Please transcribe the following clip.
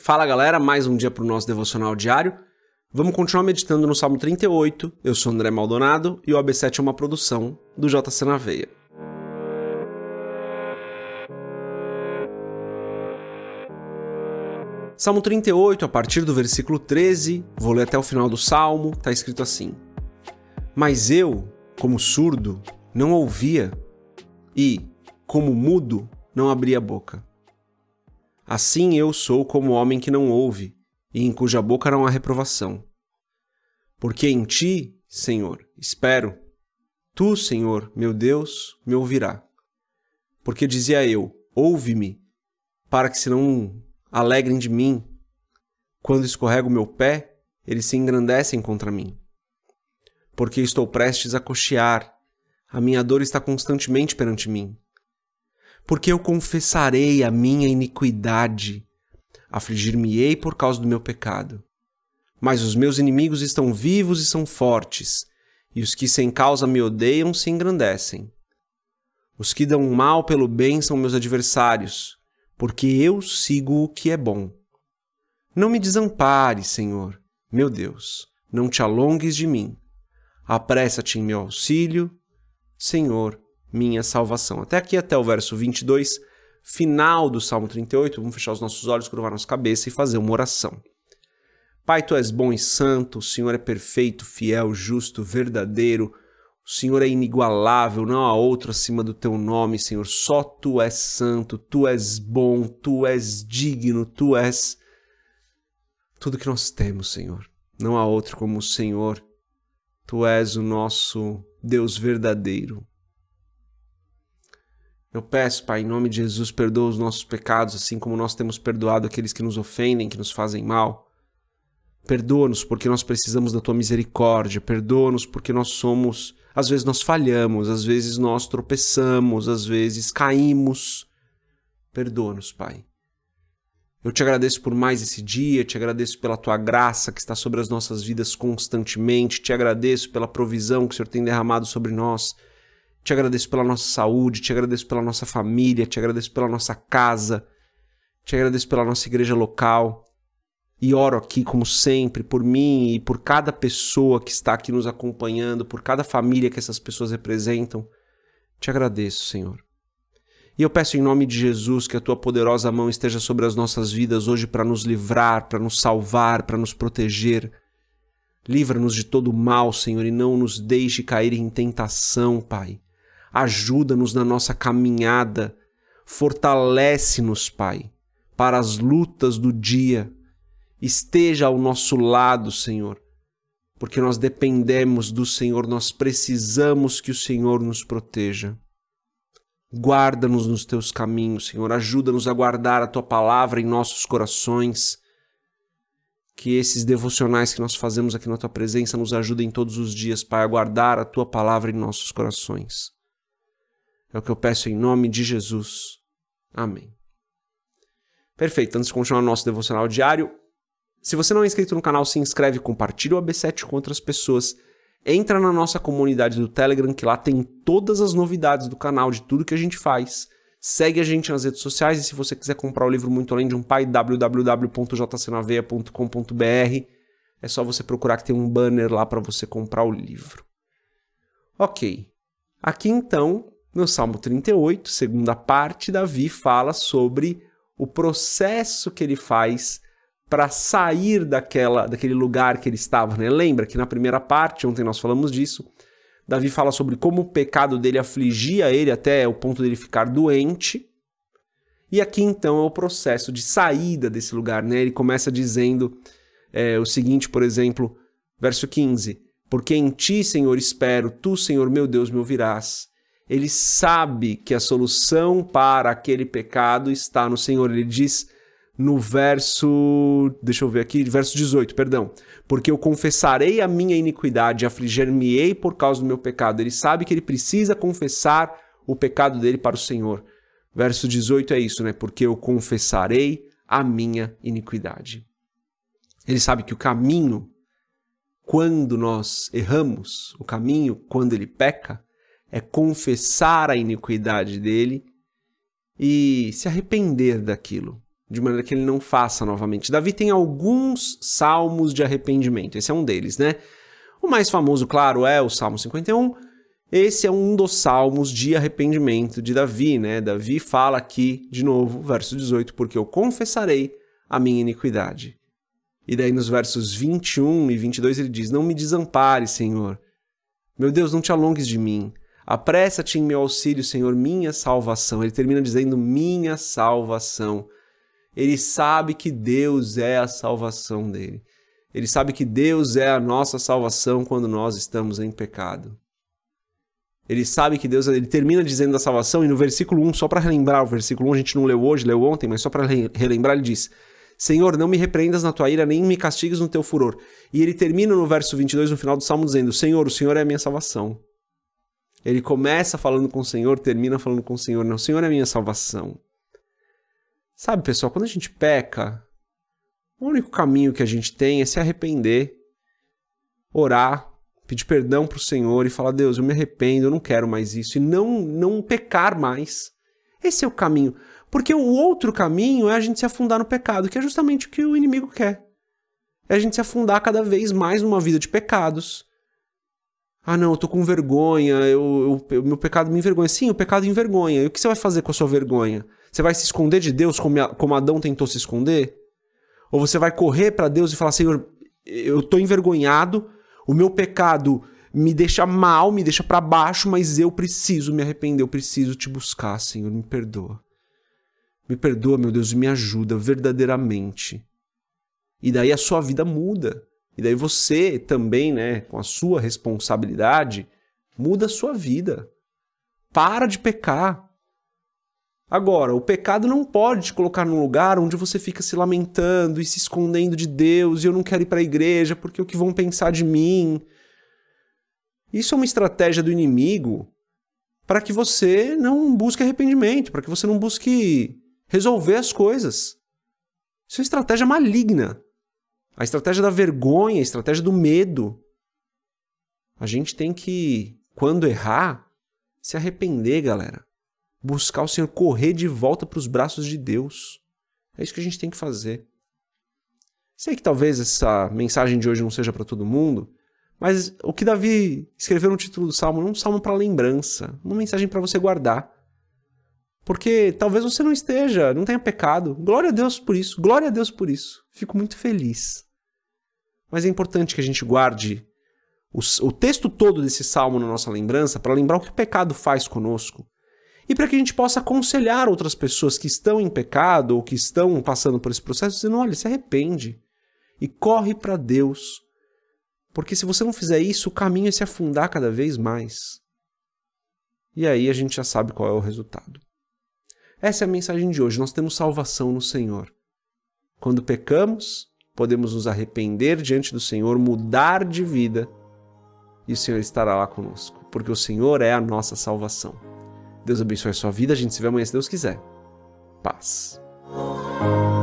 Fala galera, mais um dia para o nosso devocional diário. Vamos continuar meditando no Salmo 38. Eu sou André Maldonado e o AB7 é uma produção do JC na Veia. Salmo 38, a partir do versículo 13, vou ler até o final do Salmo, está escrito assim: Mas eu, como surdo, não ouvia e, como mudo, não abria a boca. Assim eu sou como homem que não ouve, e em cuja boca não há reprovação. Porque em ti, Senhor, espero. Tu, Senhor, meu Deus, me ouvirá. Porque dizia eu, ouve-me, para que se não alegrem de mim. Quando escorrego o meu pé, eles se engrandecem contra mim. Porque estou prestes a coxear, a minha dor está constantemente perante mim. Porque eu confessarei a minha iniquidade, afligir-me-ei por causa do meu pecado. Mas os meus inimigos estão vivos e são fortes, e os que sem causa me odeiam se engrandecem. Os que dão mal pelo bem são meus adversários, porque eu sigo o que é bom. Não me desampares, Senhor, meu Deus, não te alongues de mim. Apressa-te em meu auxílio, Senhor, minha salvação. Até aqui, até o verso 22, final do Salmo 38, vamos fechar os nossos olhos, curvar nossa cabeça e fazer uma oração. Pai, Tu és bom e santo, o Senhor é perfeito, fiel, justo, verdadeiro, o Senhor é inigualável, não há outro acima do Teu nome, Senhor, só Tu és santo, Tu és bom, Tu és digno, Tu és tudo que nós temos, Senhor. Não há outro como o Senhor, Tu és o nosso Deus verdadeiro. Eu peço, Pai, em nome de Jesus, perdoa os nossos pecados, assim como nós temos perdoado aqueles que nos ofendem, que nos fazem mal. Perdoa-nos porque nós precisamos da Tua misericórdia. Perdoa-nos porque às vezes nós falhamos, às vezes nós tropeçamos, às vezes caímos. Perdoa-nos, Pai. Eu te agradeço por mais esse dia, te agradeço pela Tua graça que está sobre as nossas vidas constantemente, te agradeço pela provisão que o Senhor tem derramado sobre nós. Te agradeço pela nossa saúde, te agradeço pela nossa família, te agradeço pela nossa casa, te agradeço pela nossa igreja local. E oro aqui, como sempre, por mim e por cada pessoa que está aqui nos acompanhando, por cada família que essas pessoas representam. Te agradeço, Senhor. E eu peço em nome de Jesus que a Tua poderosa mão esteja sobre as nossas vidas hoje para nos livrar, para nos salvar, para nos proteger. Livra-nos de todo mal, Senhor, e não nos deixe cair em tentação, Pai. Ajuda-nos na nossa caminhada, fortalece-nos, Pai, para as lutas do dia. Esteja ao nosso lado, Senhor, porque nós dependemos do Senhor, nós precisamos que o Senhor nos proteja. Guarda-nos nos Teus caminhos, Senhor, ajuda-nos a guardar a Tua palavra em nossos corações. Que esses devocionais que nós fazemos aqui na Tua presença nos ajudem todos os dias, Pai, a guardar a Tua palavra em nossos corações. É o que eu peço em nome de Jesus. Amém. Perfeito, antes de continuar o nosso devocional diário, se você não é inscrito no canal, se inscreve, compartilha o AB7 com outras pessoas, entra na nossa comunidade do Telegram, que lá tem todas as novidades do canal, de tudo que a gente faz. Segue a gente nas redes sociais e se você quiser comprar o livro Muito Além de um Pai, www.jcnaveia.com.br, é só você procurar que tem um banner lá para você comprar o livro. Ok, aqui então, no Salmo 38, segunda parte, Davi fala sobre o processo que ele faz para sair daquele lugar que ele estava, né? Lembra que na primeira parte, ontem nós falamos disso, Davi fala sobre como o pecado dele afligia ele até o ponto dele ficar doente. E aqui então é o processo de saída desse lugar, né? Ele começa dizendo o seguinte, por exemplo, verso 15: Porque em ti, Senhor, espero, tu, Senhor, meu Deus, me ouvirás. Ele sabe que a solução para aquele pecado está no Senhor. Ele diz no verso 18, perdão. Porque eu confessarei a minha iniquidade, afligir-me-ei por causa do meu pecado. Ele sabe que ele precisa confessar o pecado dele para o Senhor. Verso 18 é isso, né? Porque eu confessarei a minha iniquidade. Ele sabe que o caminho, quando nós erramos, o caminho, quando ele peca, é confessar a iniquidade dele e se arrepender daquilo. de maneira que ele não faça novamente. Davi tem alguns salmos de arrependimento, esse é um deles, né? O mais famoso, claro, é o Salmo 51. Esse é um dos salmos de arrependimento de Davi, né? Davi fala aqui, de novo, verso 18, porque eu confessarei a minha iniquidade. E daí nos versos 21 e 22 ele diz, não me desampare, Senhor. Meu Deus, não te alongues de mim. Apressa-te em meu auxílio, Senhor, minha salvação. Ele termina dizendo, minha salvação. Ele sabe que Deus é a salvação dele. Ele sabe que Deus é a nossa salvação quando nós estamos em pecado. Ele sabe que Deus... Ele termina dizendo da salvação e no versículo 1, só para relembrar, o versículo 1 a gente não leu hoje, leu ontem, mas só para relembrar ele diz, Senhor, não me repreendas na tua ira, nem me castigues no teu furor. E ele termina no verso 22, no final do Salmo, dizendo, Senhor, o Senhor é a minha salvação. Ele começa falando com o Senhor, termina falando com o Senhor, não, o Senhor é a minha salvação. Sabe, pessoal, quando a gente peca, o único caminho que a gente tem é se arrepender, orar, pedir perdão para o Senhor e falar, Deus, eu me arrependo, eu não quero mais isso, e não pecar mais. Esse é o caminho. Porque o outro caminho é a gente se afundar no pecado, que é justamente o que o inimigo quer. É a gente se afundar cada vez mais numa vida de pecados. Ah, não, eu tô com vergonha, meu pecado me envergonha. Sim, o pecado envergonha. E o que você vai fazer com a sua vergonha? Você vai se esconder de Deus como Adão tentou se esconder? Ou você vai correr para Deus e falar, Senhor, eu tô envergonhado, o meu pecado me deixa mal, me deixa para baixo, mas eu preciso me arrepender, eu preciso te buscar, Senhor, me perdoa. Me perdoa, meu Deus, e me ajuda verdadeiramente. E daí a sua vida muda. E daí você também, né, com a sua responsabilidade, muda a sua vida. Para de pecar. Agora, o pecado não pode te colocar num lugar onde você fica se lamentando e se escondendo de Deus, e eu não quero ir para a igreja porque o que vão pensar de mim. Isso é uma estratégia do inimigo para que você não busque arrependimento, para que você não busque resolver as coisas. Isso é uma estratégia maligna. A estratégia da vergonha, a estratégia do medo. A gente tem que, quando errar, se arrepender, galera. Buscar o Senhor, correr de volta para os braços de Deus. É isso que a gente tem que fazer. Sei que talvez essa mensagem de hoje não seja para todo mundo, mas o que Davi escreveu no título do Salmo é um salmo para lembrança, uma mensagem para você guardar. Porque talvez você não tenha pecado. Glória a Deus por isso, glória a Deus por isso. Fico muito feliz. Mas é importante que a gente guarde o texto todo desse salmo na nossa lembrança para lembrar o que o pecado faz conosco. E para que a gente possa aconselhar outras pessoas que estão em pecado ou que estão passando por esse processo, dizendo, olha, se arrepende e corre para Deus. Porque se você não fizer isso, o caminho é se afundar cada vez mais. E aí a gente já sabe qual é o resultado. Essa é a mensagem de hoje. Nós temos salvação no Senhor. Quando pecamos, podemos nos arrepender diante do Senhor, mudar de vida, e o Senhor estará lá conosco, porque o Senhor é a nossa salvação. Deus abençoe a sua vida. A gente se vê amanhã, se Deus quiser. Paz.